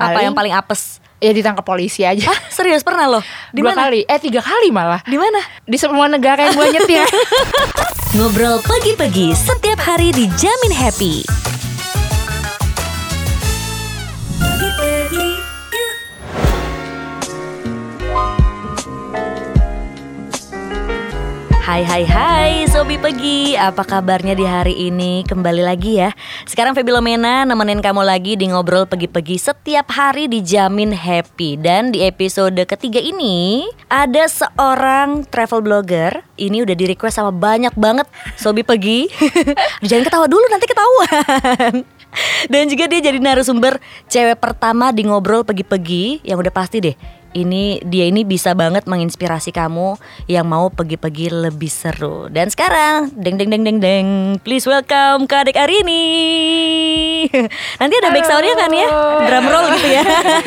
Apa yang paling apes? Ya ditangkap polisi aja. Hah, serius pernah lo? Di 2 mana? kali, 3 kali malah. Di mana? Di semua negara yang gue nyetir. Ngobrol pagi-pagi setiap hari dijamin happy. Hai Sobi Pegi, apa kabarnya di hari ini? Kembali lagi ya. Sekarang Feby Lomena nemenin kamu lagi di Ngobrol Pagi-pagi setiap hari dijamin happy. Dan di episode ketiga ini ada seorang travel blogger. Ini udah di request sama banyak banget Sobi Pegi. Jangan ketawa dulu, nanti ketahuan. Dan juga dia jadi narasumber cewek pertama di Ngobrol Pagi-pagi. Yang udah pasti deh, dia ini bisa banget menginspirasi kamu yang mau pergi-pergi lebih seru. Dan sekarang, deng, please welcome Kak Adek Arini. Nanti ada back sound-nya kan ya, drum roll gitu ya.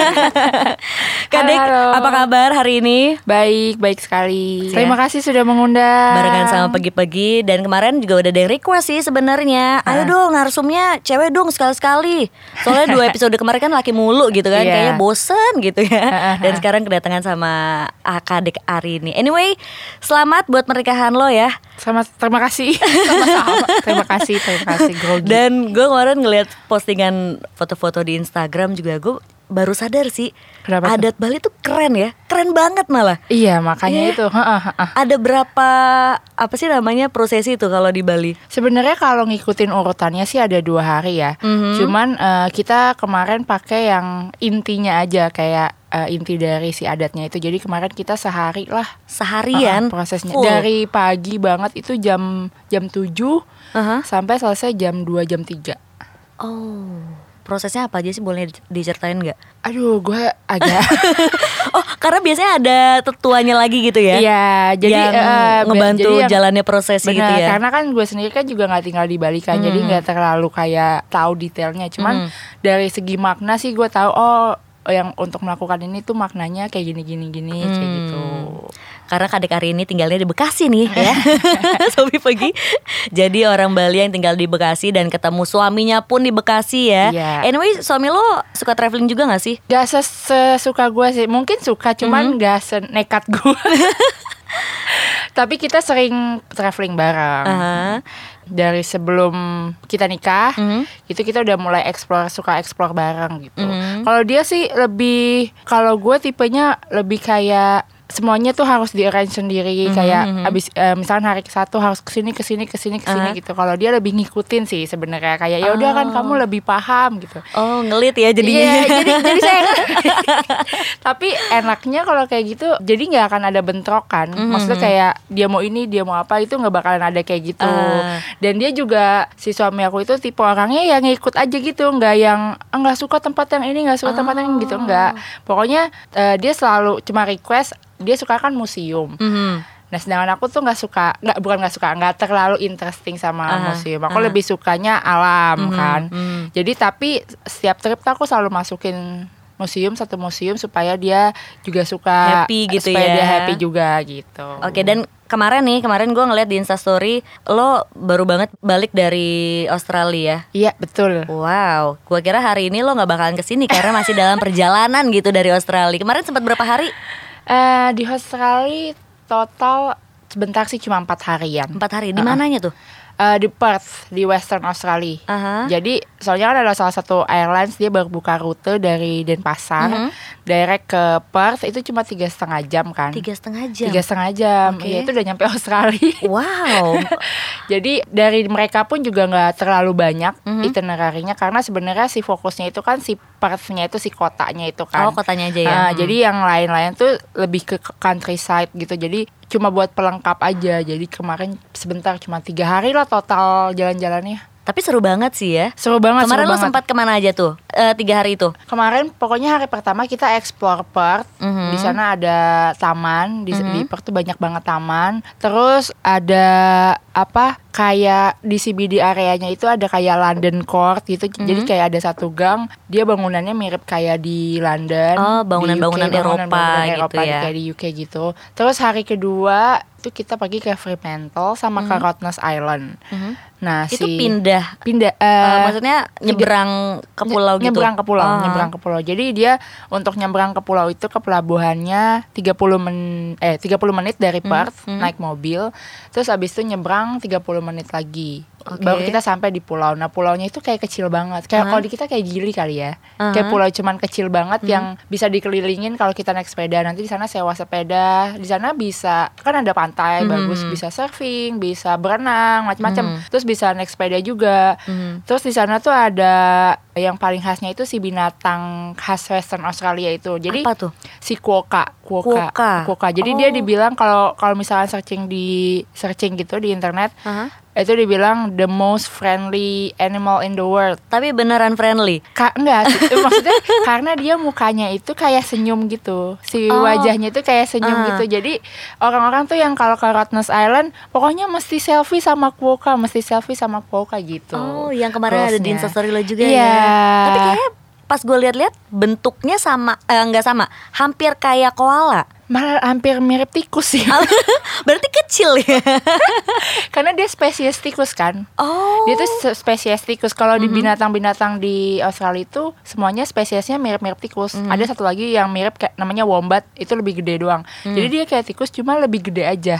Kak Adek, apa kabar hari ini? Baik sekali. Terima kasih sudah mengundang. Barengan sama Pagi-pagi. Dan kemarin juga udah ada yang request sih sebenarnya. Ayo dong narsumnya cewek dong sekali-sekali. Soalnya 2 episode kemarin kan laki mulu gitu kan, kayaknya bosen gitu ya. Dan sekarang kedatangan sama Kak Adek Arini. Anyway, selamat buat pernikahan lo ya. Terima kasih. Sama-sama. Terima kasih grogi. Dan gue kemarin ngeliat postingan foto-foto di Instagram juga, gue baru sadar sih. Kenapa adat Bali tuh keren ya. Keren banget malah. Iya, makanya itu. Ada berapa prosesi itu kalau di Bali? Sebenarnya kalau ngikutin urutannya sih ada 2 hari ya. Cuman kita kemarin pakai yang intinya aja, kayak inti dari si adatnya itu. Jadi kemarin kita sehari lah. Seharian? Prosesnya full. Dari pagi banget itu jam 7 sampai selesai jam 2, jam 3. Oh, prosesnya apa aja sih, boleh diceritain gak? Aduh, gue agak Oh, karena biasanya ada tetuanya lagi gitu ya? Iya, jadi yang ngebantu jalannya prosesi bener, gitu ya? karena kan gue sendiri kan juga gak tinggal di Bali kan. Jadi gak terlalu kayak tahu detailnya. Cuman dari segi makna sih gue tahu, yang untuk melakukan ini tuh maknanya kayak gini kayak gitu. Karena Kak Adek Arini tinggalnya di Bekasi nih ya. Sobi Pegi. Jadi orang Bali yang tinggal di Bekasi dan ketemu suaminya pun di Bekasi ya. Anyway, suami lo suka traveling juga gak sih? Gak sesuka gue sih. Mungkin suka, cuman gak senekat gue. Tapi kita sering traveling bareng. Dari sebelum kita nikah, itu kita udah mulai suka explore bareng gitu. Kalau dia sih lebih, kalau gue tipenya lebih kayak semuanya tuh harus di-arrange sendiri. Kayak abis misalnya hari ke-1 harus kesini gitu. Kalau dia lebih ngikutin sih sebenarnya, kayak ya udah kan kamu lebih paham gitu. Oh, ngelit ya jadinya. Iya, jadi saya tapi enaknya kalau kayak gitu, jadi nggak akan ada bentrokan. Maksudnya kayak dia mau ini, dia mau apa, itu nggak bakalan ada kayak gitu. Dan dia juga, si suami aku itu tipe orangnya yang ngikut aja gitu, nggak yang nggak suka tempat yang ini, nggak suka tempat yang gitu, nggak. Pokoknya dia selalu cuma request. Dia suka kan museum. Nah, sedangkan aku tuh nggak terlalu interesting sama museum. Aku lebih sukanya alam kan. Jadi tapi setiap trip tuh aku selalu masukin satu museum supaya dia juga suka, happy gitu, supaya ya. dia happy juga gitu. Oke, dan kemarin gue ngeliat di Instastory lo baru banget balik dari Australia. Iya, betul. Wow, gua kira hari ini lo nggak bakalan kesini karena masih dalam perjalanan gitu dari Australia. Kemarin sempat berapa hari? Di Australia total sebentar sih, cuma 4 harian. 4 hari, di mananya tuh? Di Perth, di Western Australia. Jadi soalnya kan ada salah satu airlines, dia baru buka rute dari Denpasar direct ke Perth, itu cuma 3,5 jam kan. 3,5 jam? 3,5 jam, ya itu udah nyampe Australia. Wow. Jadi dari mereka pun juga gak terlalu banyak itinerarinya, karena sebenarnya si fokusnya itu kan si Perth-nya itu, si kotanya itu kan. Oh, kotanya aja ya. Jadi yang lain-lain tuh lebih ke countryside gitu. Jadi cuma buat pelengkap aja. Jadi kemarin sebentar, cuma 3 hari lah total jalan-jalannya. Tapi seru banget sih ya. Seru banget. Kemarin lo sempat kemana aja tuh 3 hari itu? Kemarin pokoknya hari pertama kita explore Perth. Di sana ada taman, di Perth tuh banyak banget taman. Terus ada kayak di CBD areanya itu ada kayak London Court gitu. Jadi kayak ada satu gang, dia bangunannya mirip kayak di London. Oh, bangunan-bangunan Eropa gitu ya. Kayak di UK gitu. Terus hari kedua itu kita pergi ke Fremantle sama ke Rottnest Island. Nah, Itu pindah. Maksudnya nyebrang ke pulau gitu. Nyebrang ke pulau. Jadi dia untuk nyebrang ke pulau itu ke pelabuhannya 30 menit dari Perth naik mobil. Terus abis itu nyebrang 30 menit lagi. Baru kita sampai di pulau. Nah, pulaunya itu kayak kecil banget. Kayak kalau di kita kayak Gili kali ya. Kayak pulau cuman kecil banget yang bisa dikelilingin kalau kita naik sepeda. Nanti di sana sewa sepeda. Di sana bisa kan ada pantai bagus, bisa surfing, bisa berenang, macam-macam. Terus bisa naik sepeda juga. Terus di sana tuh ada yang paling khasnya itu si binatang khas Western Australia itu. Jadi apa tuh? Si quokka. Jadi dia dibilang kalau misalnya searching gitu di internet, itu dibilang the most friendly animal in the world. Tapi beneran friendly? Enggak sih, maksudnya karena dia mukanya itu kayak senyum gitu. Si wajahnya itu kayak senyum gitu. Jadi orang-orang tuh yang kalau ke Rottnest Island pokoknya mesti selfie sama quokka gitu. Oh, yang kemarin ada di Instastory lo juga ya. Tapi kayaknya pas gue lihat-lihat bentuknya sama, nggak sama, hampir kayak koala. Malah hampir mirip tikus sih. Berarti kecil ya. Karena dia spesies tikus kan. Dia tuh spesies tikus. Kalau di binatang-binatang di Australia itu semuanya spesiesnya mirip-mirip tikus. Ada satu lagi yang mirip kayak namanya wombat, itu lebih gede doang. Jadi dia kayak tikus cuma lebih gede aja.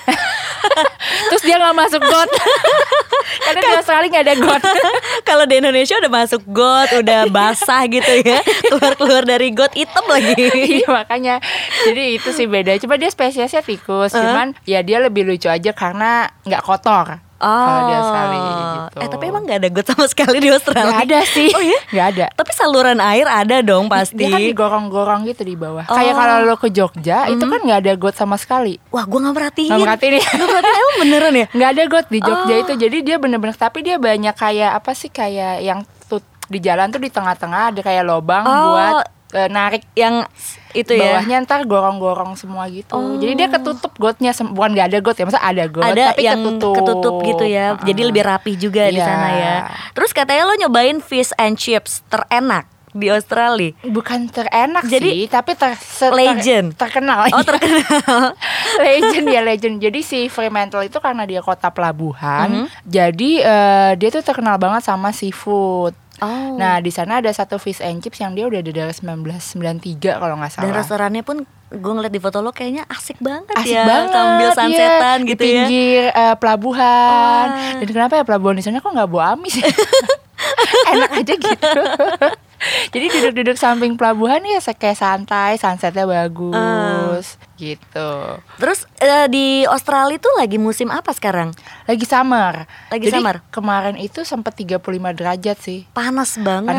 Terus dia gak masuk got. Karena di Australia gak ada got. Kalau di Indonesia udah masuk got, udah basah gitu ya. Keluar-keluar dari got hitam lagi. Iya, makanya. Jadi itu sih beda. Cuma dia spesiesnya tikus. Cuman ya dia lebih lucu aja karena gak kotor. Kalau di Australia gitu. Tapi emang gak ada got sama sekali di Australia? Gak ada sih. Oh iya? Gak ada. Tapi saluran air ada dong pasti. Dia kan digorong-gorong gitu di bawah. Kayak kalau lo ke Jogja itu kan gak ada got sama sekali. Wah, gue gak merhatiin. Gak merhatiin ya? Gak merhatiin, emang beneran ya? Gak ada got di Jogja itu. Jadi dia bener-bener, tapi dia banyak kayak apa sih, kayak yang di jalan tuh di tengah-tengah ada kayak lobang buat narik yang itu ya. Bawahnya ntar gorong-gorong semua gitu. Jadi dia ketutup gotnya, bukan nggak ada got ya, masa ada got ada tapi yang ketutup gitu ya. Jadi lebih rapi juga di sana ya. Terus katanya lo nyobain fish and chips terenak di Australia. Bukan terenak jadi, sih, tapi legend. Terkenal. Oh, terkenal. legend. Jadi si Fremantle itu karena dia kota pelabuhan, jadi dia tuh terkenal banget sama seafood. Nah, di sana ada satu fish and chips yang dia udah ada dari 1993 kalau nggak salah. Dan restorannya pun gue ngeliat di foto lo kayaknya asik banget. Asik banget, sambil sunsetan gitu di pinggir pelabuhan. Dan kenapa ya pelabuhan di sana kok nggak bau amis? Enak aja gitu. Jadi duduk-duduk samping pelabuhan ya kayak santai, sunsetnya bagus gitu. Terus di Australia tuh lagi musim apa sekarang? Lagi summer. Jadi kemarin itu sempat 35 derajat sih. Panas banget.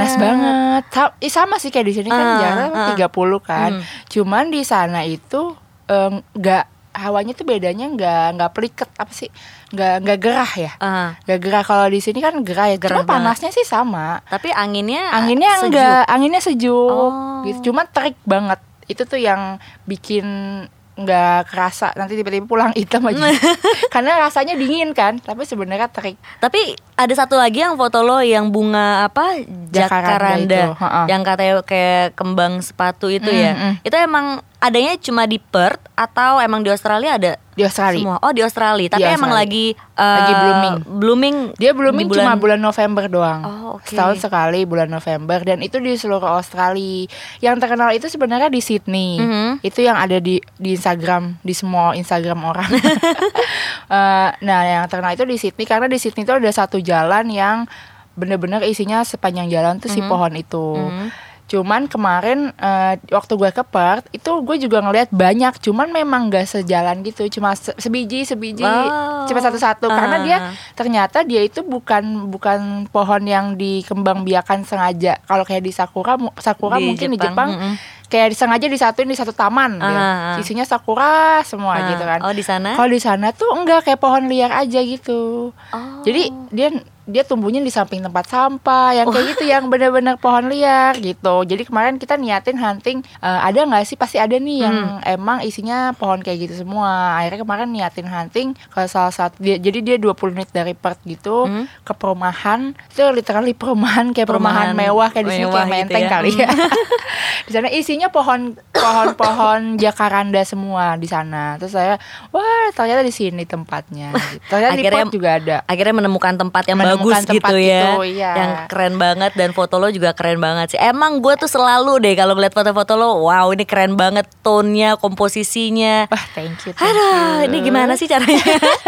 Sama sih kayak di sini kan jarang 30 kan. Cuman di sana itu hawanya tuh bedanya nggak peliket, apa sih, nggak gerah ya, nggak gerah. Kalau di sini kan gerah ya, cuma panasnya sih sama, tapi anginnya sejuk gitu, cuma terik banget. Itu tuh yang bikin nggak kerasa nanti tiba-tiba pulang hitam aja. Karena rasanya dingin kan, tapi sebenarnya terik. Tapi ada satu lagi yang foto lo yang bunga apa, jacaranda yang katanya kayak kembang sepatu itu ya. Itu emang adanya cuma di Perth atau emang di Australia ada? Di Australia. Semua. Oh, di Australia. Tapi emang lagi blooming. Dia blooming cuma bulan November doang. Setahun sekali bulan November, dan itu di seluruh Australia. Yang terkenal itu sebenarnya di Sydney. Itu yang ada di Instagram, di semua Instagram orang. Nah, yang terkenal itu di Sydney karena di Sydney itu ada satu jalan yang bener-bener isinya sepanjang jalan tuh si pohon itu. Cuman kemarin waktu gue ke Perth itu gue juga ngeliat banyak, cuman memang gak sejalan gitu, cuma sebiji cuma satu-satu. Karena dia ternyata dia itu bukan pohon yang dikembangbiakan sengaja. Kalau kayak di sakura di mungkin Jepang. Di Jepang kayak sengaja disatuin di satu taman, isinya sakura semua gitu kan. Di sana? Kalau di sana tuh enggak, kayak pohon liar aja gitu. Jadi dia tumbuhnya di samping tempat sampah yang kayak gitu, yang benar-benar pohon liar gitu. Jadi kemarin kita niatin hunting, ada nggak sih, pasti ada nih yang emang isinya pohon kayak gitu semua. Akhirnya kemarin niatin hunting ke salah satu, jadi dia 20 menit dari Perth gitu, ke perumahan. Itu literally perumahan kayak perumahan mewah kayak di sini, kayak Menteng gitu ya. Kali ya. Di sana isinya pohon pohon-pohon jacaranda semua di sana. Terus saya, wah ternyata di sini tempatnya. Ternyata di Perth juga ada. Akhirnya menemukan tempat yang bagus gitu ya, iya. yang keren banget dan foto lo juga keren banget sih. Emang gue tuh selalu deh kalau ngeliat foto-foto lo, wow ini keren banget tone-nya, komposisinya. Wah thank you. Aduh, ini gimana sih caranya?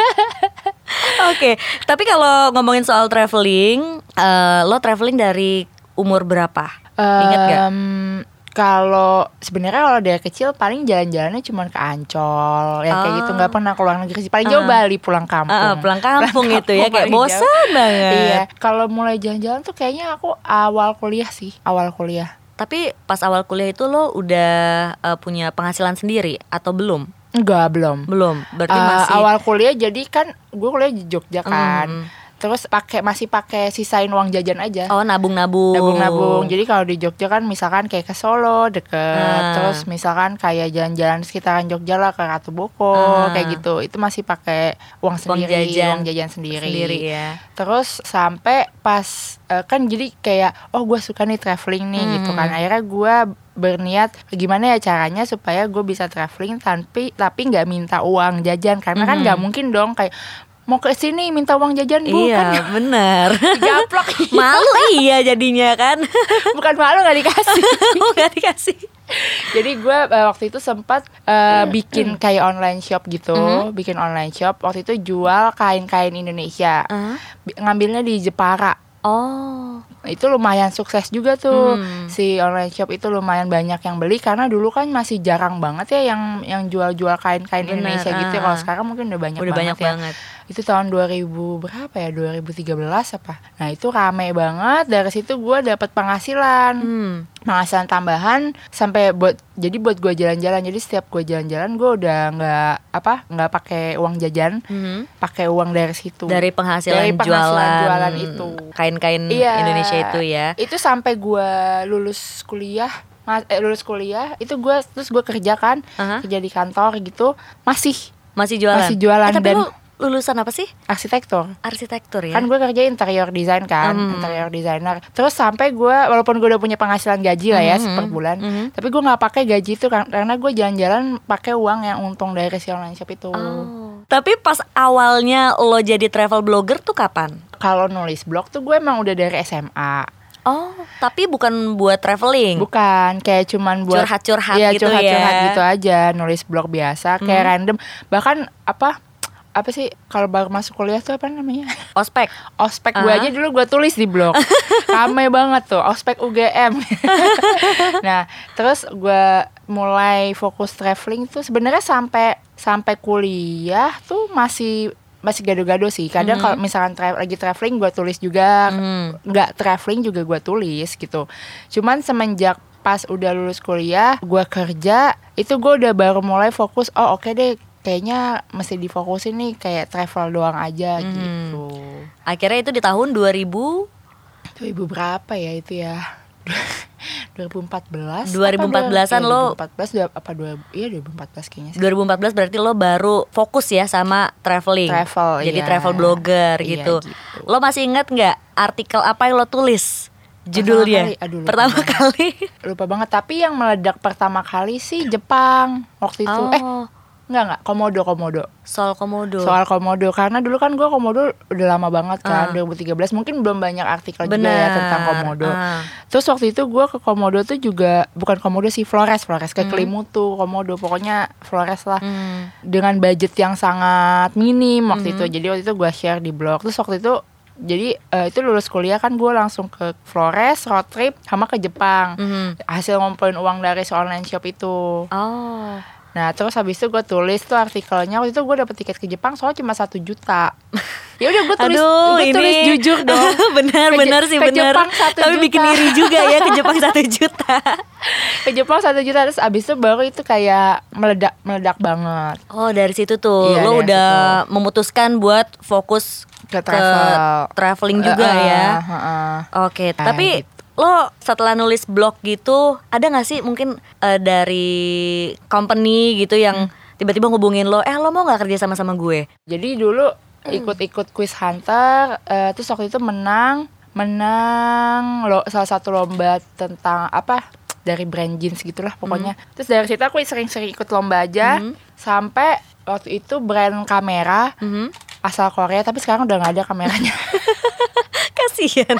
Oke, tapi kalau ngomongin soal traveling, lo traveling dari umur berapa? Ingat gak? Kalau sebenarnya kalau dari kecil paling jalan-jalannya cuma ke Ancol, yang kayak gitu, nggak pernah ke luar negeri sih. Paling jauh Bali, pulang kampung. Pulang kampung itu ya, kayak bosan banget. Iya, kalau mulai jalan-jalan tuh kayaknya aku awal kuliah sih, awal kuliah. Tapi pas awal kuliah itu lo udah punya penghasilan sendiri atau belum? Enggak, belum. Berarti masih awal kuliah, jadi kan gue kuliah di Jogja kan. Terus masih pakai sisain uang jajan aja. Oh, nabung. Jadi kalau di Jogja kan misalkan kayak ke Solo deket, terus misalkan kayak jalan-jalan sekitaran Jogja lah ke Ratu Boko, kayak gitu. Itu masih pakai uang sendiri, uang jajan sendiri ya. Terus sampai pas kan jadi kayak gue suka nih traveling nih gitu kan. Akhirnya gue berniat gimana ya caranya supaya gue bisa traveling tapi nggak minta uang jajan, karena kan nggak mungkin dong kayak mau ke sini minta uang jajan, bukan? Iya, benar. Gaplok. Malu iya jadinya kan. Bukan malu, nggak dikasih. Nggak dikasih. Jadi gue waktu itu sempat bikin kayak online shop gitu, bikin online shop. Waktu itu jual kain-kain Indonesia, ngambilnya di Jepara. Oh, itu lumayan sukses juga tuh. Si online shop itu lumayan banyak yang beli, karena dulu kan masih jarang banget ya yang jual-jual kain-kain Indonesia gitu. Kalau sekarang mungkin udah banyak banget. Itu tahun 2000 berapa ya? 2013 apa? Nah, itu rame banget. Dari situ gue dapet penghasilan. Penghasilan tambahan sampai buat gue jalan-jalan. Jadi setiap gue jalan-jalan gue udah nggak pakai uang jajan, pakai uang dari situ. Dari penghasilan jualan itu. Kain-kain Indonesia itu ya. Itu sampai gue lulus kuliah itu terus gue kerja kan, kerja di kantor gitu, masih jualan. Tapi dan lu lulusan apa sih? Arsitektur ya. Kan gue kerja interior design kan, interior designer. Terus sampai gue, walaupun gue udah punya penghasilan gaji lah ya per bulan, tapi gue nggak pakai gaji itu karena gue jalan-jalan pakai uang yang untung dari si online shop itu. Tapi pas awalnya lo jadi travel blogger tuh kapan? Kalau nulis blog tuh gue emang udah dari SMA. Oh, tapi bukan buat traveling? Bukan, kayak cuman buat curhat-curhat gitu curhat-curhat gitu aja, nulis blog biasa, kayak random. Bahkan apa sih kalau baru masuk kuliah tuh apa namanya? Ospek gue aja dulu gue tulis di blog. Rame banget tuh, ospek UGM. Nah, terus gue mulai fokus traveling tuh sebenarnya sampai kuliah tuh masih gado-gado sih. Kadang kalau misalkan lagi traveling gue tulis juga, nggak traveling juga gue tulis gitu. Cuman semenjak pas udah lulus kuliah, gue kerja, itu gue udah baru mulai fokus. Oh oke deh, kayaknya mesti difokusin nih kayak travel doang aja gitu. Akhirnya itu di tahun 2000 berapa ya itu ya? 2014-an lo 2014 apa 2014 kayaknya sih. 2014 berarti lo baru fokus ya sama traveling. Jadi travel blogger gitu. Lo masih ingat nggak artikel apa yang lo tulis? Judulnya pertama kali. Lupa banget, tapi yang meledak pertama kali sih Jepang waktu itu. Enggak, Komodo. Soal Komodo, karena dulu kan gue Komodo udah lama banget kan, 2013. Mungkin belum banyak artikel juga ya tentang Komodo. Terus waktu itu gue ke Komodo tuh juga, bukan Komodo sih, Flores ke Kelimutu, Komodo, pokoknya Flores lah. Dengan budget yang sangat minim waktu itu. Jadi waktu itu gue share di blog. Terus waktu itu jadi itu lulus kuliah kan gue langsung ke Flores, road trip sama ke Jepang. Hasil ngumpulin uang dari online shop itu. Nah terus habis itu gue tulis tuh artikelnya. Waktu itu gue dapet tiket ke Jepang soalnya cuma 1 juta. Ya udah gue tulis jujur dong. benar sih. Jepang 1 Tapi juta. bikin iri juga ya ke Jepang 1 juta. Ke Jepang 1 juta. Terus abis itu baru itu kayak meledak banget. Oh dari situ tuh lo udah memutuskan buat fokus ke traveling juga ya. Oke, tapi gitu. Lo setelah nulis blog gitu, ada gak sih mungkin dari company gitu yang tiba-tiba ngubungin lo, lo mau gak kerja sama gue? Jadi dulu ikut quiz hunter, terus waktu itu menang salah satu lomba tentang dari brand jeans gitulah pokoknya. Terus dari situ aku sering-sering ikut lomba aja sampai waktu itu brand kamera asal Korea, tapi sekarang udah nggak ada kameranya. Kasian.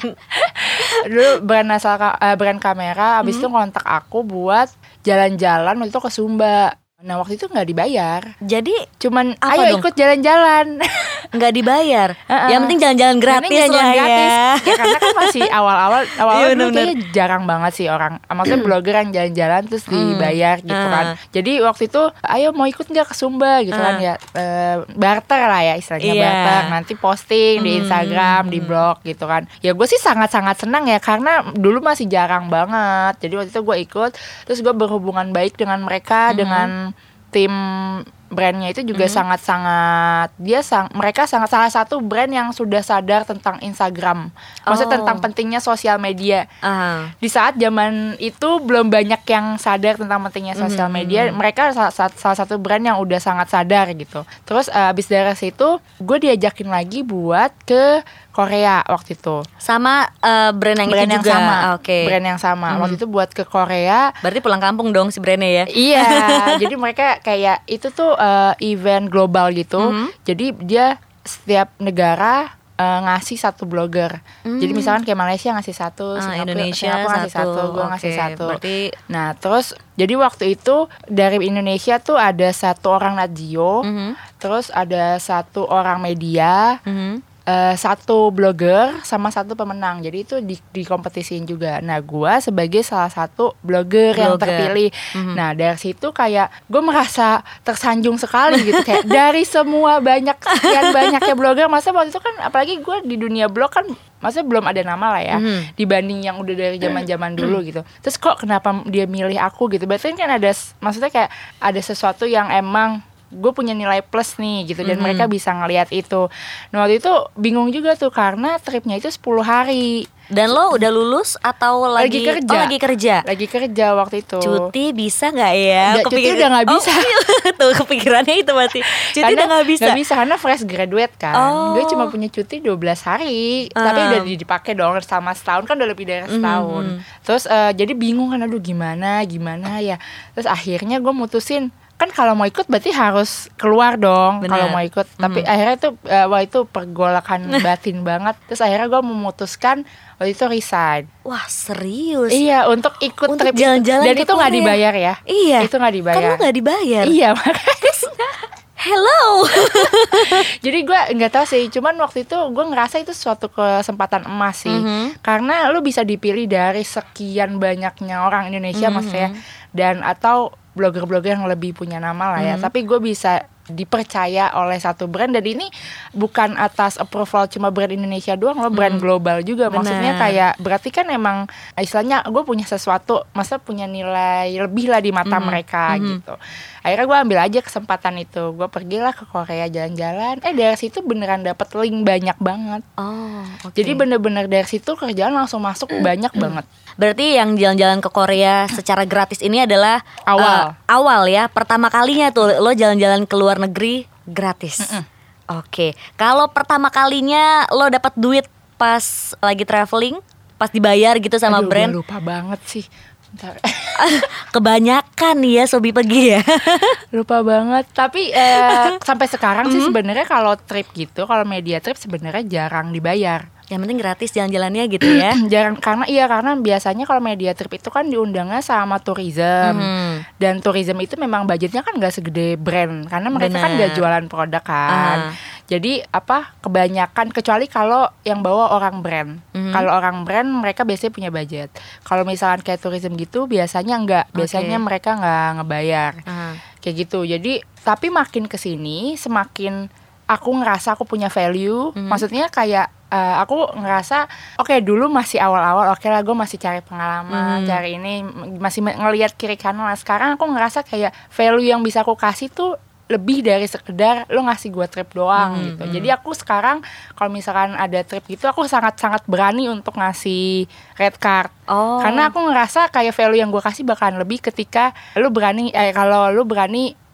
Dulu brand kamera, abis itu kontak aku buat jalan-jalan waktu itu ke Sumba. Nah waktu itu nggak dibayar. Jadi cuman apa ayo dong? ikut jalan-jalan. Nggak dibayar. Yang penting jalan-jalan gratis Jalan lah gratis. ya. Ya karena kan masih awal-awal Iya, dulu bener-bener. kayaknya jarang banget sih orang. Maksudnya blogger yang jalan-jalan terus dibayar gitu kan. Jadi waktu itu ayo mau ikut nggak ke Sumba gitu kan ya. Barter lah ya istilahnya, Iya. barter. Nanti posting di Instagram, di blog gitu kan. Ya gue sih sangat-sangat senang ya karena dulu masih jarang banget. Jadi waktu itu gue ikut, terus gue berhubungan baik dengan mereka, dengan tim brandnya itu juga sangat-sangat mereka sangat salah satu brand yang sudah sadar tentang Instagram, maksudnya tentang pentingnya sosial media. Di saat zaman itu belum banyak yang sadar tentang pentingnya sosial media, mereka salah satu brand yang udah sangat sadar gitu. Terus abis dari situ gue diajakin lagi buat ke Korea waktu itu Sama brand yang brand itu yang juga. sama, Oke. brand yang sama waktu itu buat ke Korea. Berarti pulang kampung dong si brandnya ya. Iya, jadi mereka kayak itu tuh event global gitu. Jadi dia setiap negara ngasih satu blogger. Jadi misalkan kayak Malaysia ngasih satu, Indonesia Singapura ngasih satu, gue Oke, ngasih satu. Berarti Nah terus jadi waktu itu dari Indonesia tuh ada satu orang Nat Geo, terus ada satu orang media, satu blogger sama satu pemenang. Jadi itu dikompetisiin juga. Nah gue sebagai salah satu blogger yang terpilih. Nah dari situ kayak gue merasa tersanjung sekali gitu. Kayak dari semua sekian banyaknya blogger, masa waktu itu kan apalagi gue di dunia blog kan maksudnya belum ada nama lah ya, dibanding yang udah dari zaman-zaman dulu gitu. Terus kok kenapa dia milih aku gitu? Berarti kan ada, maksudnya kayak ada sesuatu yang emang gue punya nilai plus nih gitu, dan mereka bisa ngelihat itu. Nah waktu itu bingung juga tuh karena tripnya itu 10 hari. dan lo udah lulus atau lagi kerja. Oh, lagi kerja. Lagi kerja waktu itu. Cuti bisa nggak ya? Nggak, cuti udah nggak bisa. Tuh kepikirannya itu berarti. Cuti Karena udah nggak bisa. Nggak bisa karena fresh graduate kan. Gue cuma punya cuti 12 hari. Tapi udah dipakai dong selama setahun, kan udah lebih dari setahun. Terus jadi bingung kan, aduh gimana ya. Terus akhirnya gue mutusin, kan kalau mau ikut berarti harus keluar dong. Kalau mau ikut. Tapi akhirnya tuh wah itu pergolakan batin banget. Terus akhirnya gue memutuskan waktu itu resign. Wah serius? Iya, untuk ikut Untuk trip jalan-jalan dan ke itu nggak Korea. dibayar ya. Iya. Itu nggak dibayar. Kan lo nggak dibayar. Iya makanya. Hello. Jadi gue nggak tahu sih, cuman waktu itu gue ngerasa itu suatu kesempatan emas sih, karena lu bisa dipilih dari sekian banyaknya orang Indonesia maksudnya, dan atau blogger-blogger yang lebih punya nama lah ya. Tapi gue bisa dipercaya oleh satu brand, dan ini bukan atas approval cuma brand Indonesia doang loh, brand global juga. Maksudnya kayak berarti kan emang istilahnya gue punya sesuatu, masa punya nilai lebih lah di mata mereka gitu. Akhirnya gue ambil aja kesempatan itu, gue pergilah ke Korea jalan-jalan. Dari situ beneran dapet link banyak banget. Oh, oke. Jadi bener-bener dari situ kerjaan langsung masuk banyak banget. Berarti yang jalan-jalan ke Korea secara gratis ini adalah Awal. awal ya, pertama kalinya tuh lo jalan-jalan ke luar negeri gratis. Oke. Kalau pertama kalinya lo dapat duit pas lagi traveling, pas dibayar gitu sama Aduh, brand? gue lupa banget sih. Bentar. Kebanyakan nih ya Sobi pergi ya. Lupa banget. Tapi sampai sekarang sih sebenarnya kalau trip gitu, kalau media trip sebenarnya jarang dibayar. Yang penting gratis jalan-jalannya gitu ya. Jarang, karena biasanya kalau media trip itu kan diundangnya sama tourism. Dan tourism itu memang budgetnya kan gak segede brand, karena mereka kan gak jualan produk kan. Jadi kebanyakan, kecuali kalau yang bawa orang brand. Kalau orang brand mereka biasanya punya budget. Kalau misalkan kayak tourism gitu biasanya enggak. Biasanya mereka gak ngebayar. Kayak gitu. Jadi tapi makin kesini semakin aku ngerasa aku punya value. Maksudnya kayak aku ngerasa oke, dulu masih awal-awal oke lah, gue masih cari pengalaman, cari ini, masih ngelihat kiri kanan. Nah, sekarang aku ngerasa kayak value yang bisa aku kasih tuh lebih dari sekedar lo ngasih gue trip doang gitu. Jadi aku sekarang kalau misalkan ada trip gitu, aku sangat-sangat berani untuk ngasih red card. Karena aku ngerasa kayak value yang gue kasih bakalan lebih ketika lo berani, kalau lo berani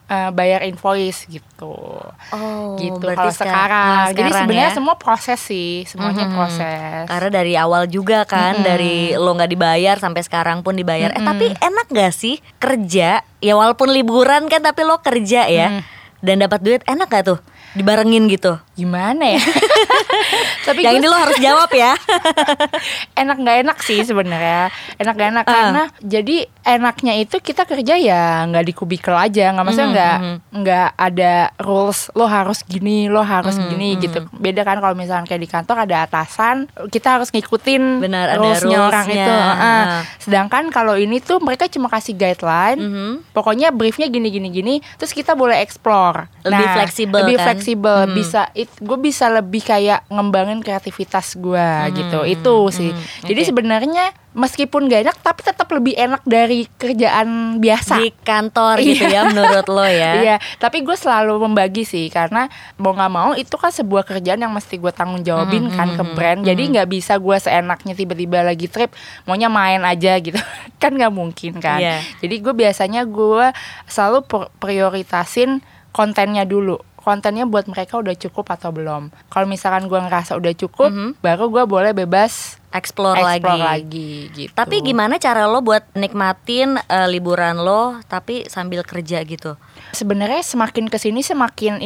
bayar invoice gitu. Gitu kalau berarti sekarang. Jadi sebenarnya ya? semua proses sih, semuanya proses. Karena dari awal juga kan, dari lo nggak dibayar sampai sekarang pun dibayar. Tapi enak gak sih kerja? Ya walaupun liburan kan, tapi lo kerja ya, dan dapat duit, enak gak tuh? Dibarengin gitu. Gimana ya? Tapi yang ini lo harus jawab ya. Enak nggak enak sih sebenarnya. Enak nggak enak karena jadi enaknya itu kita kerja ya nggak di kubikel aja, nggak maksudnya nggak ada rules. Lo harus gini, lo harus gini gitu. Beda kan kalau misalnya kayak di kantor ada atasan, kita harus ngikutin rulesnya orang itu. Sedangkan kalau ini tuh mereka cuma kasih guideline. Pokoknya briefnya gini. Terus kita boleh explore. Lebih fleksibel lebih kan? fleksibel. Gue bisa lebih kayak ngembangin kreativitas gue gitu. Itu sih. Jadi sebenarnya meskipun gak enak tapi tetap lebih enak dari kerjaan biasa di kantor gitu ya, menurut lo ya. Iya, tapi gue selalu membagi sih, karena mau gak mau itu kan sebuah kerjaan yang mesti gue tanggung jawabin kan ke brand. Jadi gak bisa gue seenaknya tiba-tiba lagi trip maunya main aja gitu. Kan gak mungkin kan. Jadi gue biasanya gue selalu prioritasin kontennya dulu. Kontennya buat mereka udah cukup atau belum. Kalau misalkan gue ngerasa udah cukup, baru gue boleh bebas explore lagi gitu. Tapi gimana cara lo buat nikmatin liburan lo tapi sambil kerja gitu? Sebenarnya semakin kesini semakin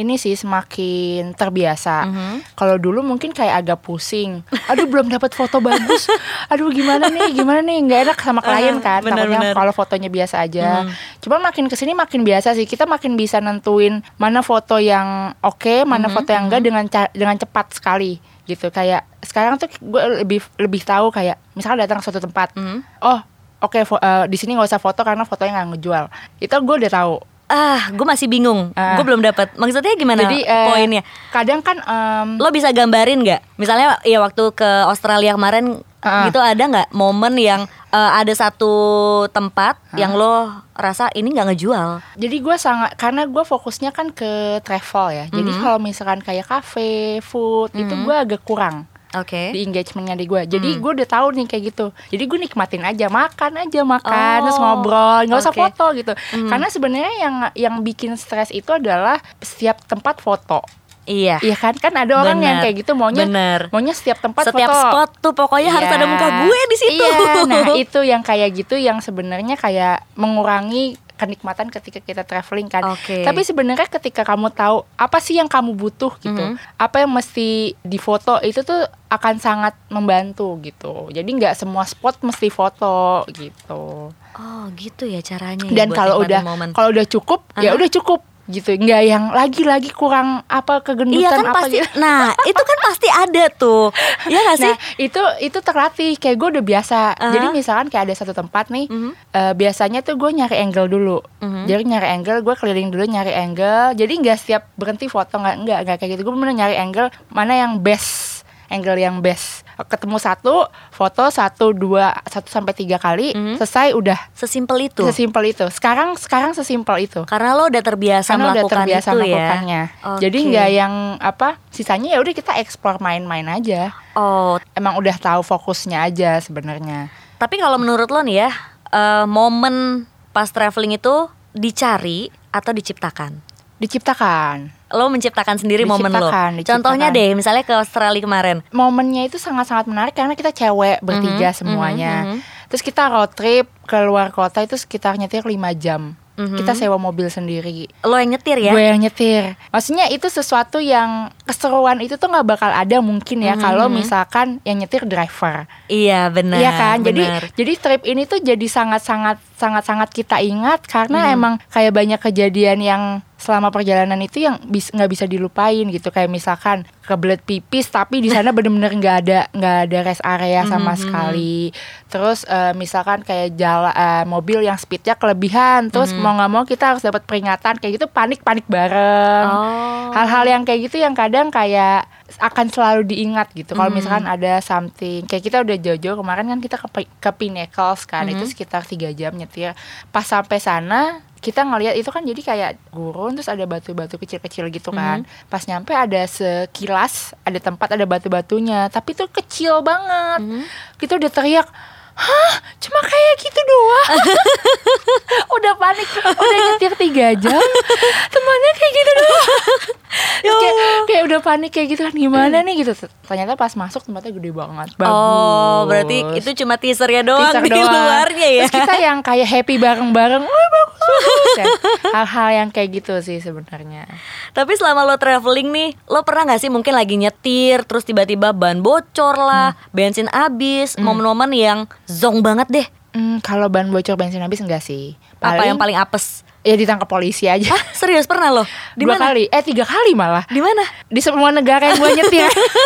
terbiasa. Kalau dulu mungkin kayak agak pusing. Aduh belum dapat foto bagus. Aduh gimana nih nggak enak sama klien kan. Takutnya kalau fotonya biasa aja. Cuma makin kesini makin biasa sih. Kita makin bisa nentuin mana foto yang oke, mana foto yang enggak dengan cepat sekali gitu. Kayak sekarang tuh gue lebih tahu kayak misalnya datang ke suatu tempat. Di sini nggak usah foto karena fotonya nggak ngejual. Itu gue udah tahu. Gue masih bingung. Gue belum dapat. Maksudnya gimana? Jadi poinnya? Kadang kan lo bisa gambarin nggak? Misalnya ya waktu ke Australia kemarin gitu, ada nggak momen yang ada satu tempat yang lo rasa ini nggak ngejual? Jadi gue karena gue fokusnya kan ke travel ya. Jadi kalau misalkan kayak cafe, food itu gue agak kurang. Di engagementnya di gue. Jadi gue udah tahu nih kayak gitu. Jadi gue nikmatin aja, makan terus ngobrol, nggak usah foto gitu. Karena sebenarnya yang bikin stres itu adalah setiap tempat foto. Iya kan ada orang yang kayak gitu maunya setiap tempat setiap foto. Spot tuh pokoknya harus ada muka gue di situ. Nah itu yang kayak gitu yang sebenarnya kayak mengurangi kenikmatan ketika kita traveling kan. Tapi sebenarnya ketika kamu tahu apa sih yang kamu butuh gitu, apa yang mesti difoto, itu tuh akan sangat membantu gitu. Jadi nggak semua spot mesti foto gitu. Oh gitu ya caranya. Dan kalau udah cukup ya udah cukup gitu, nggak yang lagi kurang apa kegendutan. Iya kan apa pasti, gitu. Nah itu kan pasti ada tuh. Iya nggak sih? Nah itu terlatih, kayak gue udah biasa. Jadi misalkan kayak ada satu tempat nih, biasanya tuh gue nyari angle dulu. Jadi nyari angle, gue keliling dulu nyari angle. Jadi nggak setiap berhenti foto, nggak kayak gitu. Gue bener nyari angle mana yang best, angle yang best. Ketemu satu, foto 1 sampai 3 kali, selesai udah. Sesimpel itu. Sekarang sesimpel itu. Karena lo udah terbiasa melakukannya. Jadi nggak yang sisanya ya udah kita explore main-main aja. Emang udah tahu fokusnya aja sebenarnya. Tapi kalau menurut lo nih ya, momen pas traveling itu dicari atau diciptakan? Diciptakan. Lo menciptakan sendiri momen lo. Contohnya deh, misalnya ke Australia kemarin. Momennya itu sangat-sangat menarik karena kita cewek bertiga semuanya. Terus kita road trip ke luar kota itu sekitar nyetir 5 jam. Kita sewa mobil sendiri. Lo yang nyetir ya? Gue yang nyetir. Maksudnya itu sesuatu yang keseruan itu tuh nggak bakal ada mungkin ya kalau misalkan yang nyetir driver. Iya benar. Iya kan. Jadi trip ini tuh jadi sangat kita ingat karena emang kayak banyak kejadian yang selama perjalanan itu yang nggak bisa dilupain gitu. Kayak misalkan kebelet pipis tapi di sana bener-bener nggak ada rest area sama sekali. Terus misalkan kayak mobil yang speednya kelebihan, terus mau nggak mau kita harus dapat peringatan kayak gitu, panik bareng. Hal-hal yang kayak gitu yang kadang kayak akan selalu diingat gitu. Kalau misalkan ada something kayak kita udah jauh-jauh kemarin kan kita ke Pinnacles kan, itu sekitar 3 jam nyetir. Pas sampai sana kita ngelihat itu kan jadi kayak gurun, terus ada batu-batu kecil-kecil gitu kan. Pas nyampe ada sekilas ada tempat ada batu-batunya, tapi itu kecil banget. Kita udah teriak, cuma kayak gitu doang. Udah panik, udah nyetir 3 jam, temannya kayak gitu doang. Terus kayak udah panik kayak gitu kan, gimana nih gitu. Ternyata pas masuk tempatnya gede banget, bagus. Oh, berarti itu cuma teasernya doang Teaser di doang. luarnya ya. Terus kita yang kayak happy bareng-bareng, bagus. Ya. Hal-hal yang kayak gitu sih sebenarnya. Tapi selama lo traveling nih, lo pernah gak sih mungkin lagi nyetir terus tiba-tiba ban bocor lah, bensin habis, momen-momen yang zong banget deh. Kalau ban bocor bensin habis enggak sih. Apa yang paling apes? Ya ditangkap polisi aja. Hah, serius pernah lo? Di 2 mana? kali, 3 kali malah. Di mana? Di semua negara yang gue nyetir.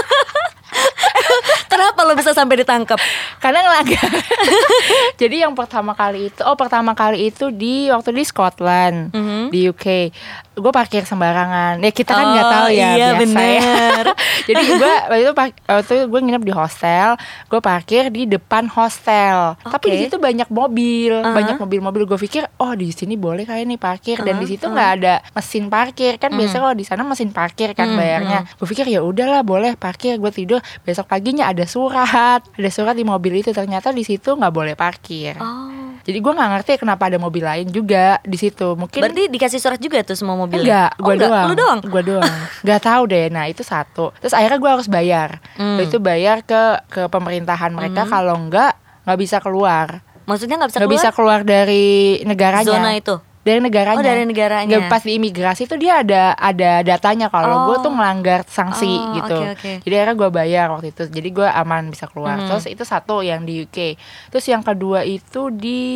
Kenapa lo bisa sampai ditangkap? Karena ngelanggar. Jadi yang pertama kali itu di waktu di Scotland, di UK. Gue parkir sembarangan. Ya kita kan nggak tahu ya, iya, biasa bener. ya. Jadi gue waktu itu gue nginep di hostel, gue parkir di depan hostel. Tapi di situ banyak mobil, banyak mobil-mobil. Gue pikir, oh di sini boleh kayak nih parkir, dan di situ nggak ada mesin parkir kan. Biasa kalau di sana mesin parkir kan bayarnya. Gue pikir ya udahlah boleh parkir. Gue tidur, besok paginya ada surat di mobil itu. Ternyata di situ nggak boleh parkir. Jadi gue nggak ngerti kenapa ada mobil lain juga di situ. Mungkin berarti dikasih surat juga tuh semua mobilnya? Enggak, gue doang. Lu doang? Gue doang. Gak tahu deh. Nah itu satu. Terus akhirnya gue harus bayar. Itu bayar ke pemerintahan mereka. Kalau nggak bisa keluar. Maksudnya nggak bisa Nggak keluar? bisa keluar dari negaranya. Zona itu? Dari negaranya. Oh, dari negaranya. Nggak, pas di imigrasi tuh dia ada datanya kalau gue tuh melanggar sanksi gitu. Okay. Jadi akhirnya gue bayar waktu itu. Jadi gue aman bisa keluar. Terus itu satu yang di UK. Terus yang kedua itu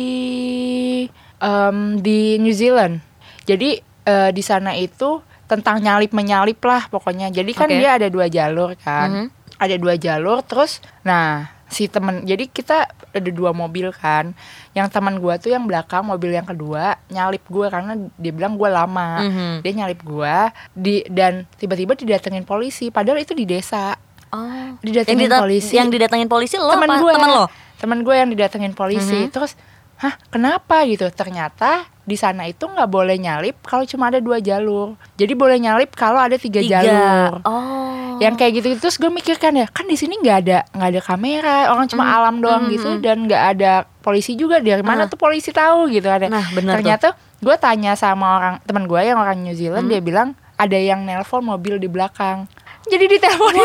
di New Zealand. Jadi di sana itu tentang nyalip-menyalip lah pokoknya. Jadi kan dia ada 2 jalur kan. Ada 2 jalur terus si temen, jadi kita ada 2 mobil kan. Yang teman gue tuh yang belakang, mobil yang kedua nyalip gue karena dia bilang gue lama. Dia nyalip gue dan tiba-tiba didatengin polisi. Padahal itu di desa. Didatengin polisi. Yang didatengin polisi lo temen apa gue, temen lo? Temen gue yang didatengin polisi. Terus kenapa gitu? Ternyata di sana itu nggak boleh nyalip kalau cuma ada 2 jalur. Jadi boleh nyalip kalau ada 3 jalur. Yang kayak gitu. Terus gue mikirkan ya, kan di sini nggak ada kamera, orang cuma alam doang gitu, dan nggak ada polisi juga. Dari mana tuh polisi tahu gitu ada? Nah, bener. Ternyata gue tanya sama teman gue yang orang New Zealand, dia bilang ada yang nelpon mobil di belakang. Jadi diteleponin.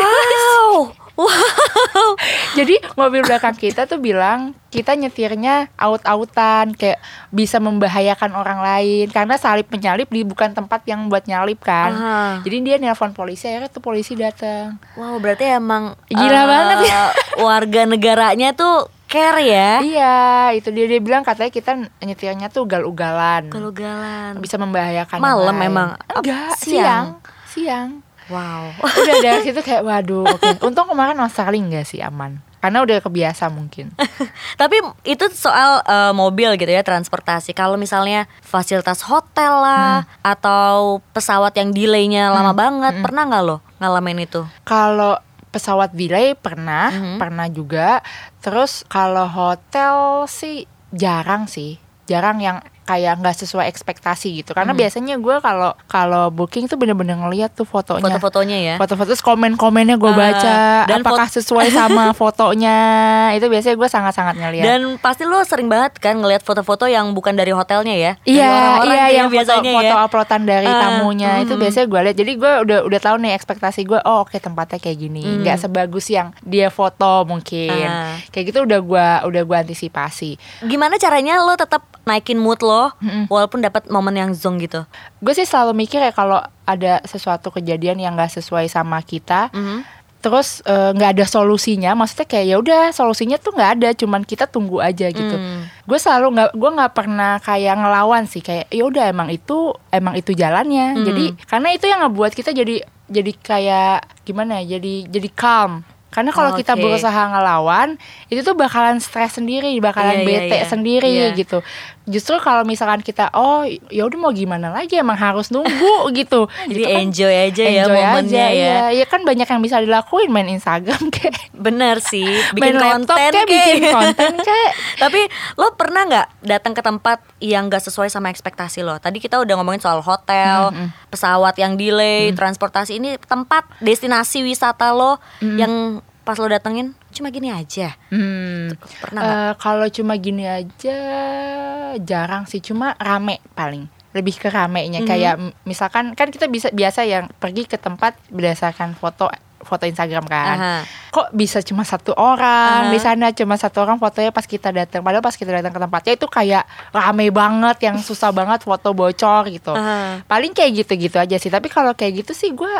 Wow. Jadi mobil belakang kita tuh bilang kita nyetirnya aut-autan, kayak bisa membahayakan orang lain karena salip menyalip di bukan tempat yang buat nyalip kan. Jadi dia nelpon polisi, akhirnya tuh polisi datang. Wow, berarti emang gila banget ya. Warga negaranya tuh care ya. Iya, itu dia bilang katanya kita nyetirnya tuh ugal-ugalan. Bisa membahayakan. Malam memang? Enggak, siang. Wow. Udah dari situ kayak waduh, untung kemarin Australia enggak sih, aman. Karena udah kebiasa mungkin. Tapi itu soal mobil gitu ya, transportasi. Kalau misalnya fasilitas hotel lah atau pesawat yang delaynya lama banget, pernah nggak lo ngalamin itu? Kalau pesawat delay pernah juga. Terus kalau hotel sih jarang yang kayak nggak sesuai ekspektasi gitu. Karena biasanya gue kalau booking tuh bener-bener ngeliat tuh fotonya ya. Foto-foto terus komen-komennya gue baca. Dan apakah sesuai sama fotonya. Itu biasanya gue sangat-sangat ngeliat. Dan pasti lo sering banget kan ngeliat foto-foto yang bukan dari hotelnya ya. Iya, yang biasanya foto uploadan dari tamunya itu biasanya gue lihat. Jadi gue udah tahu nih ekspektasi gue. Oh oke, tempatnya kayak gini. Nggak sebagus yang dia foto mungkin. Kayak gitu udah gue antisipasi. Gimana caranya lo tetap naikin mood lo walaupun dapat momen yang zong gitu? Gue sih selalu mikir ya kalau ada sesuatu kejadian yang nggak sesuai sama kita, terus nggak ada solusinya, maksudnya kayak ya udah solusinya tuh nggak ada, cuman kita tunggu aja gitu. Gue nggak pernah kayak ngelawan sih, kayak ya udah emang itu jalannya. Jadi karena itu yang ngebuat kita jadi kayak gimana ya, jadi calm. Karena kalau kita berusaha ngelawan, itu tuh bakalan stres sendiri, bakalan bete sendiri gitu. Justru kalau misalkan kita ya udah mau gimana lagi, emang harus nunggu gitu. Jadi gitu kan, enjoy aja ya momennya ya. Ya kan banyak yang bisa dilakuin, main Instagram kayak. Bener sih, bikin konten kayak. Tapi lo pernah nggak datang ke tempat yang nggak sesuai sama ekspektasi lo? Tadi kita udah ngomongin soal hotel, pesawat yang delay, transportasi. Ini tempat destinasi wisata lo yang pas lo datengin cuma gini aja. Pernah nggak? Kalau cuma gini aja jarang sih, cuma rame paling. Lebih ke ramenya, kayak misalkan kan kita biasa yang pergi ke tempat berdasarkan foto Instagram kan. Kok bisa cuma satu orang di sana, cuma satu orang fotonya pas kita datang. Padahal pas kita datang ke tempatnya itu kayak rame banget, yang susah banget foto bocor gitu. Paling kayak gitu-gitu aja sih. Tapi kalau kayak gitu sih gue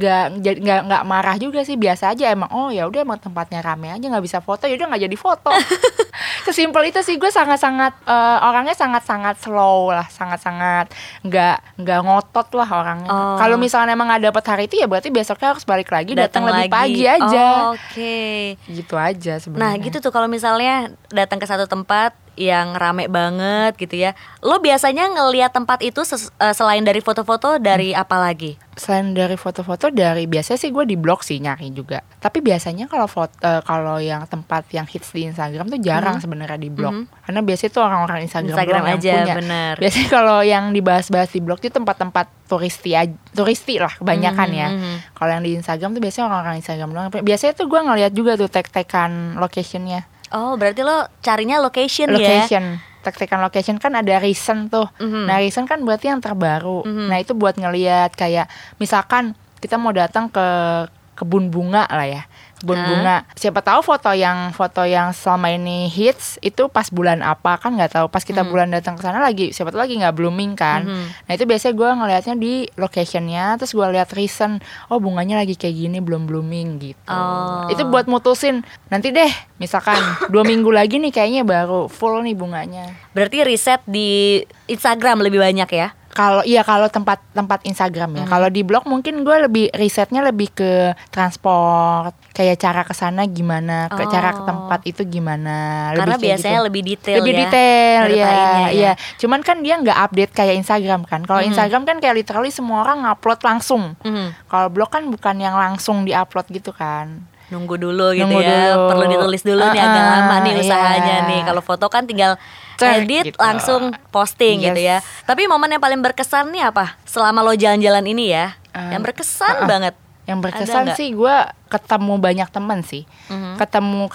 nggak marah juga sih, biasa aja. Emang ya udah, emang tempatnya rame aja, nggak bisa foto, yaudah nggak jadi foto. Sesimpel itu sih. Gue sangat-sangat orangnya sangat-sangat slow lah, sangat-sangat nggak ngotot lah orangnya. Kalau misalnya emang nggak dapet hari itu, ya berarti besoknya harus balik lagi, datang lebih pagi aja. Oke. Gitu aja sebenarnya. Nah gitu tuh, kalau misalnya datang ke satu tempat yang rame banget gitu ya, lo biasanya ngelihat tempat itu selain dari foto-foto, dari apa lagi? Selain dari foto-foto, dari biasanya sih gue di blog sih nyari juga. Tapi biasanya kalau yang tempat yang hits di Instagram tuh jarang sebenarnya di blog. Karena biasanya tuh orang-orang Instagram yang aja, punya. bener. Biasanya kalau yang dibahas-bahas di blog itu tempat-tempat turisti lah kebanyakan ya. Kalau yang di Instagram tuh biasanya orang-orang Instagram doang. Biasanya tuh gue ngeliat juga tuh tag-tagan locationnya. Oh, berarti lo carinya location ya? ya? Tag-tagan location kan ada recent tuh. Nah recent kan berarti yang terbaru. Nah itu buat ngelihat kayak misalkan kita mau datang ke kebun bunga lah ya, kebun bunga. Siapa tahu foto yang selama ini hits itu pas bulan apa, kan nggak tahu. Pas kita bulan datang ke sana lagi, siapa tahu lagi nggak blooming kan. Nah itu biasanya gue ngelihatnya di locationnya, terus gue lihat recent, oh bunganya lagi kayak gini, belum blooming gitu. Itu buat mutusin nanti deh, misalkan 2 minggu lagi nih kayaknya baru full nih bunganya. Berarti riset di Instagram lebih banyak ya? Kalau tempat Instagram ya. Kalau di blog mungkin gue lebih risetnya lebih ke transport, kayak cara ke sana gimana, ke cara ke tempat itu gimana. Karena biasanya gitu. lebih detail ya. Cuman kan dia nggak update kayak Instagram kan. Kalau Instagram kan kayak literally semua orang ngupload langsung. Kalau blog kan bukan yang langsung diupload gitu kan. Nunggu dulu gitu ya. Perlu ditulis dulu nih, agak lama nih usahanya nih. Kalau foto kan tinggal edit gitu, langsung posting gitu ya. Tapi momen yang paling berkesan nih apa selama lo jalan-jalan ini ya? Yang berkesan banget. Yang berkesan sih gue ketemu banyak teman sih. Ketemu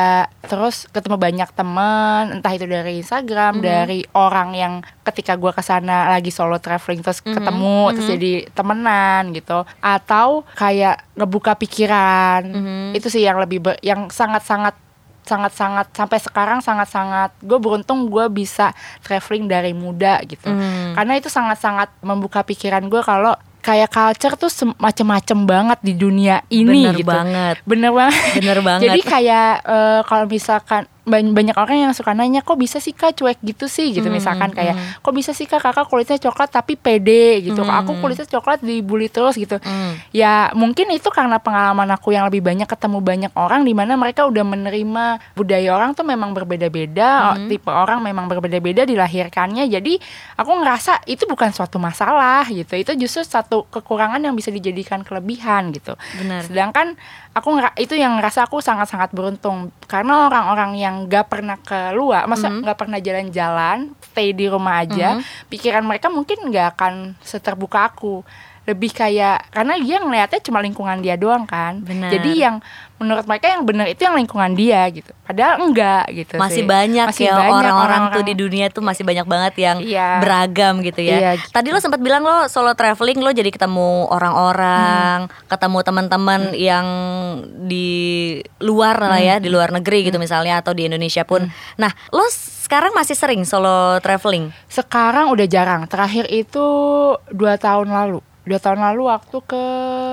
banyak teman, entah itu dari Instagram, dari orang yang ketika gue kesana lagi solo traveling terus ketemu, terus jadi temenan gitu. Atau kayak ngebuka pikiran. Itu sih yang yang sangat-sangat sampai sekarang sangat-sangat gue beruntung gue bisa traveling dari muda gitu. Karena itu sangat-sangat membuka pikiran gue kalau kayak culture tuh macem-macem banget di dunia ini. Bener banget. Jadi kayak kalau misalkan banyak orang yang suka nanya, kok bisa sih kak cuek gitu sih gitu. Misalkan kayak kok bisa sih kak kakak kulitnya coklat tapi pede gitu. Aku kulitnya coklat dibully terus gitu. Ya mungkin itu karena pengalaman aku yang lebih banyak ketemu banyak orang, di mana mereka udah menerima budaya orang tuh memang berbeda-beda, tipe orang memang berbeda-beda dilahirkannya. Jadi aku ngerasa itu bukan suatu masalah gitu. Itu justru satu kekurangan yang bisa dijadikan kelebihan gitu. Benar. Sedangkan itu yang ngerasa aku sangat-sangat beruntung, karena orang-orang yang gak pernah keluar, gak pernah jalan-jalan, stay di rumah aja, pikiran mereka mungkin gak akan seterbuka aku. Lebih kayak, karena dia ngeliatnya cuma lingkungan dia doang kan. Bener. Jadi yang menurut mereka yang benar itu yang lingkungan dia gitu. Padahal enggak gitu. Masih banyak orang-orang tuh di dunia tuh masih banyak banget yang beragam gitu ya. Gitu. Tadi lo sempat bilang lo solo traveling, lo jadi ketemu orang-orang, ketemu teman-teman yang di luar lah ya, di luar negeri gitu misalnya, atau di Indonesia pun. Nah, lo sekarang masih sering solo traveling? Sekarang udah jarang. Terakhir itu 2 tahun lalu. 2 tahun lalu waktu ke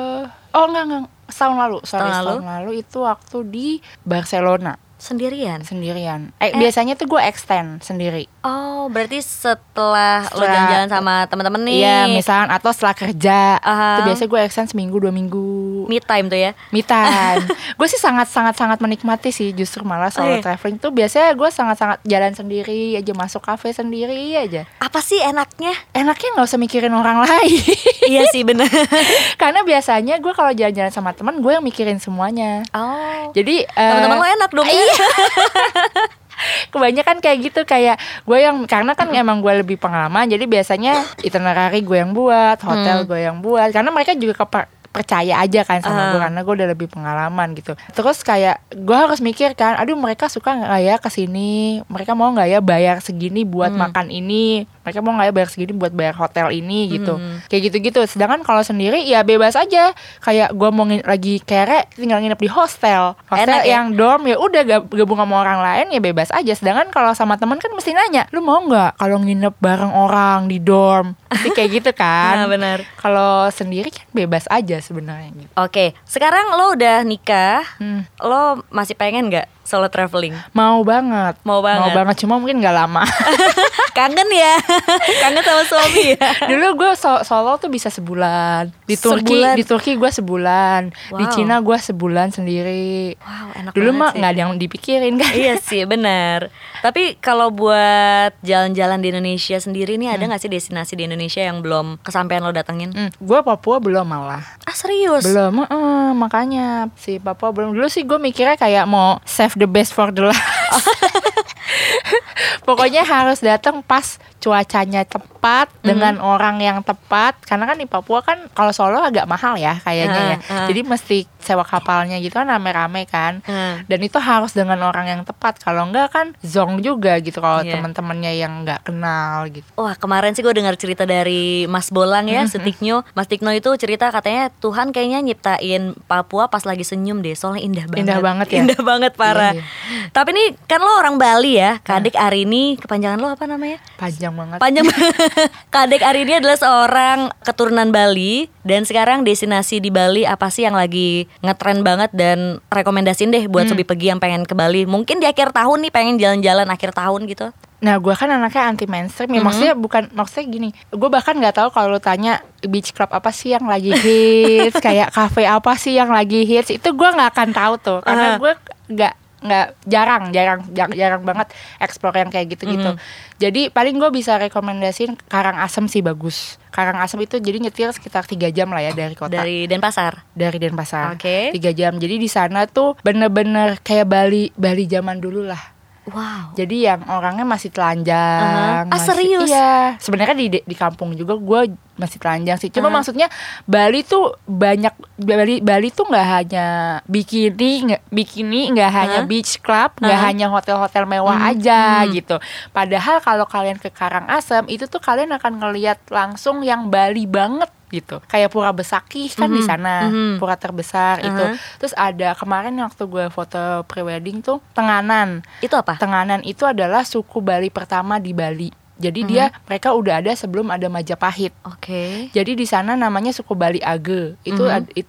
enggak setahun lalu itu waktu di Barcelona. Sendirian? Biasanya tuh gue extend sendiri. Oh, berarti setelah lo jalan-jalan sama teman-teman nih. Iya, misalkan atau setelah kerja. Itu biasanya gue extend seminggu 2 minggu. Me time tuh ya? Me time. Gue sih sangat menikmati sih justru malah solo traveling tuh. Biasanya gue sangat jalan sendiri aja, masuk kafe sendiri aja. Apa sih enaknya? Enaknya gak usah mikirin orang lain. Iya sih, bener. Karena biasanya gue kalau jalan-jalan sama teman, gue yang mikirin semuanya. Jadi teman-teman lo enak dong. Kebanyakan kayak gitu, kayak gue yang, karena kan emang gue lebih pengalaman, jadi biasanya itinerary gue yang buat, hotel gue yang buat, karena mereka juga percaya aja kan sama gue karena gue udah lebih pengalaman gitu. Terus kayak gue harus mikir kan, aduh mereka suka nggak ya kesini, mereka mau nggak ya bayar segini buat makan ini, mereka mau nggak ya bayar segini buat bayar hotel ini gitu. Kayak gitu-gitu. Sedangkan kalau sendiri ya bebas aja. Kayak gue mau lagi kere tinggal nginep di hostel Enak, yang dorm ya udah gabung sama orang lain ya bebas aja. Sedangkan kalau sama teman kan mesti nanya, lu mau nggak kalau nginep bareng orang di dorm? Pasti kayak gitu kan. Nah, benar. Kalau sendiri kan bebas aja sebenarnya gitu. Oke, sekarang lo udah nikah, lo masih pengen nggak solo traveling? Mau banget. Mau banget. Cuma mungkin gak lama. Kangen ya? Kangen sama suami ya? Dulu gue solo tuh bisa sebulan. Di Turki gue sebulan. Wow. Di Cina gue sebulan sendiri. Wow, enak dulu banget mah sih. gak ada yang dipikirin kan. Iya sih, benar. Tapi kalau buat jalan-jalan di Indonesia sendiri nih, ada gak sih destinasi di Indonesia yang belum kesampaian lo datengin? Gue Papua belum malah. Ah, serius? Belum, makanya si Papua belum. Dulu sih gue mikirnya kayak mau save the best for the last. Pokoknya harus datang pas cuacanya tepat dengan orang yang tepat. Karena kan di Papua kan kalau solo agak mahal ya kayaknya ya. Jadi mesti sewa kapalnya gitu kan rame-rame kan. Dan itu harus dengan orang yang tepat. Kalau enggak kan zong juga gitu kalau teman-temannya yang enggak kenal gitu. Wah, kemarin sih gue dengar cerita dari Mas Bolang ya, Sutikno. Mas Tikno itu cerita katanya Tuhan kayaknya nyiptain Papua pas lagi senyum deh. Soalnya indah banget. Indah banget ya. Indah banget parah. Iya. Tapi nih kan lo orang Bali ya. Kadek Arini, kepanjangan lo apa namanya? Panjang banget. Panjang banget. Kadek Arini adalah seorang keturunan Bali. Dan sekarang destinasi di Bali apa sih yang lagi ngetren banget dan rekomendasiin deh buat Sobi Pegi yang pengen ke Bali. Mungkin di akhir tahun nih pengen jalan-jalan akhir tahun gitu. Nah gue kan anaknya anti mainstream ya. Maksudnya gini, gue bahkan gak tahu kalau lu tanya beach club apa sih yang lagi hits, kayak cafe apa sih yang lagi hits, itu gue gak akan tahu tuh. Karena gue jarang banget explore yang kayak gitu-gitu. Jadi paling gue bisa rekomendasiin Karangasem sih bagus. Karangasem itu jadi nyetir sekitar 3 jam lah ya dari kota. Dari Denpasar. Oke. 3 jam. Jadi di sana tuh bener-bener kayak Bali zaman dulu lah. Wow. Jadi yang orangnya masih telanjang. Serius? Iya. Sebenarnya di kampung juga gue masih telanjang sih. Cuma maksudnya Bali tuh banyak Bali tuh nggak hanya bikini, nggak hanya beach club, nggak hanya hotel-hotel mewah aja gitu. Padahal kalau kalian ke Karangasem itu tuh kalian akan ngelihat langsung yang Bali banget gitu. Kayak Pura Besakih kan di sana, pura terbesar itu. Terus ada kemarin waktu gue foto prewedding tuh Tenganan. Itu apa? Tenganan itu adalah suku Bali pertama di Bali. Jadi mereka udah ada sebelum ada Majapahit. Oke. Jadi di sana namanya suku Bali Age. Itu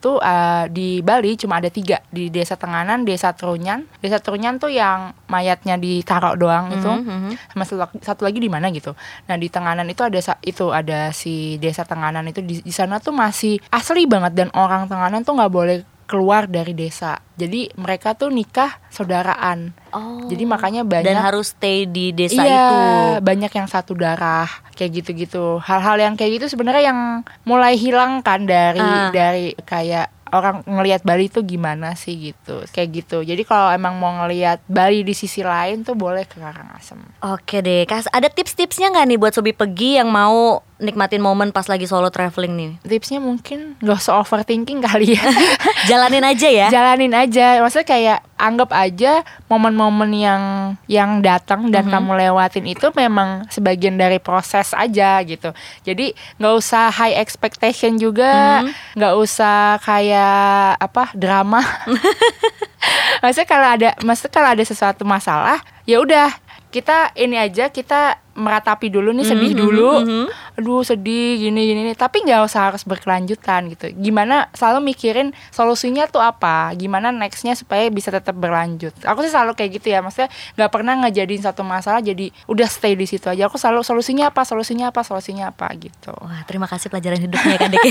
di Bali cuma ada 3 di Desa Tenganan, Desa Trunyan. Desa Trunyan tuh yang mayatnya ditaruh doang itu. Sama satu lagi di mana gitu. Nah di Tenganan itu ada si Desa Tenganan itu di sana tuh masih asli banget dan orang Tenganan tuh nggak boleh keluar dari desa. Jadi mereka tuh nikah saudaraan. Jadi makanya banyak. Dan harus stay di desa itu. Banyak yang satu darah kayak gitu-gitu. Hal-hal yang kayak gitu sebenarnya yang mulai hilang kan dari kayak orang ngelihat Bali tuh gimana sih gitu. Kayak gitu. Jadi kalau emang mau ngelihat Bali di sisi lain tuh boleh ke Karangasem. Oke deh. Ada tips-tipsnya nggak nih buat Sobi Pegi yang mau nikmatin momen pas lagi solo traveling nih? Tipsnya mungkin gak usah overthinking kali ya. Jalanin aja ya. Jalanin aja. Maksudnya kayak anggap aja momen-momen yang datang dan kamu lewatin itu memang sebagian dari proses aja gitu. Jadi gak usah high expectation juga, gak usah kayak drama. Maksudnya kalau ada sesuatu masalah, ya udah kita meratapi dulu nih, sedih dulu. Aduh sedih gini. Tapi gak usah harus berkelanjutan gitu. Gimana selalu mikirin solusinya tuh apa, gimana nextnya supaya bisa tetap berlanjut. Aku sih selalu kayak gitu ya. Maksudnya gak pernah ngejadiin satu masalah jadi udah stay di situ aja. Aku selalu solusinya apa gitu. Wah, terima kasih pelajaran hidupnya Kadek.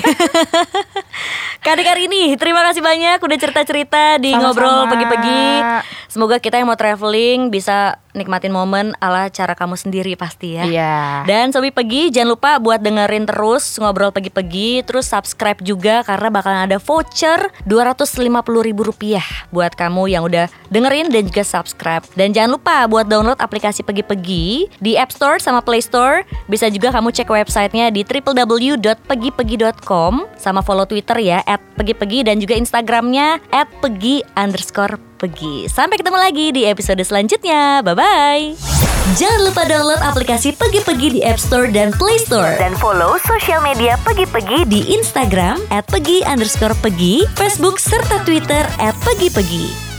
Kadek hari ini terima kasih banyak udah cerita-cerita di Sama-sama. Ngobrol Pagi-Pagi. Semoga kita yang mau traveling bisa nikmatin momen ala cara kamu sendiri pasti ya. Iya. Dan Sobi Pegi jangan lupa buat dengerin terus Ngobrol Pagi-Pagi. Terus subscribe juga karena bakalan ada voucher Rp250.000 buat kamu yang udah dengerin dan juga subscribe. Dan jangan lupa buat download aplikasi Pegi-Pegi di App Store sama Play Store. Bisa juga kamu cek websitenya di www.pegipegi.com. Sama follow Twitter ya @pegi-pegi dan juga Instagramnya @pegi_pegi. Sampai ketemu lagi di episode selanjutnya. Bye-bye. Jangan lupa download aplikasi Pegi-Pegi di App Store dan Play Store. Dan follow sosial media Pegi-Pegi Di Instagram @pegi_pegi, Facebook serta Twitter @pegi-pegi.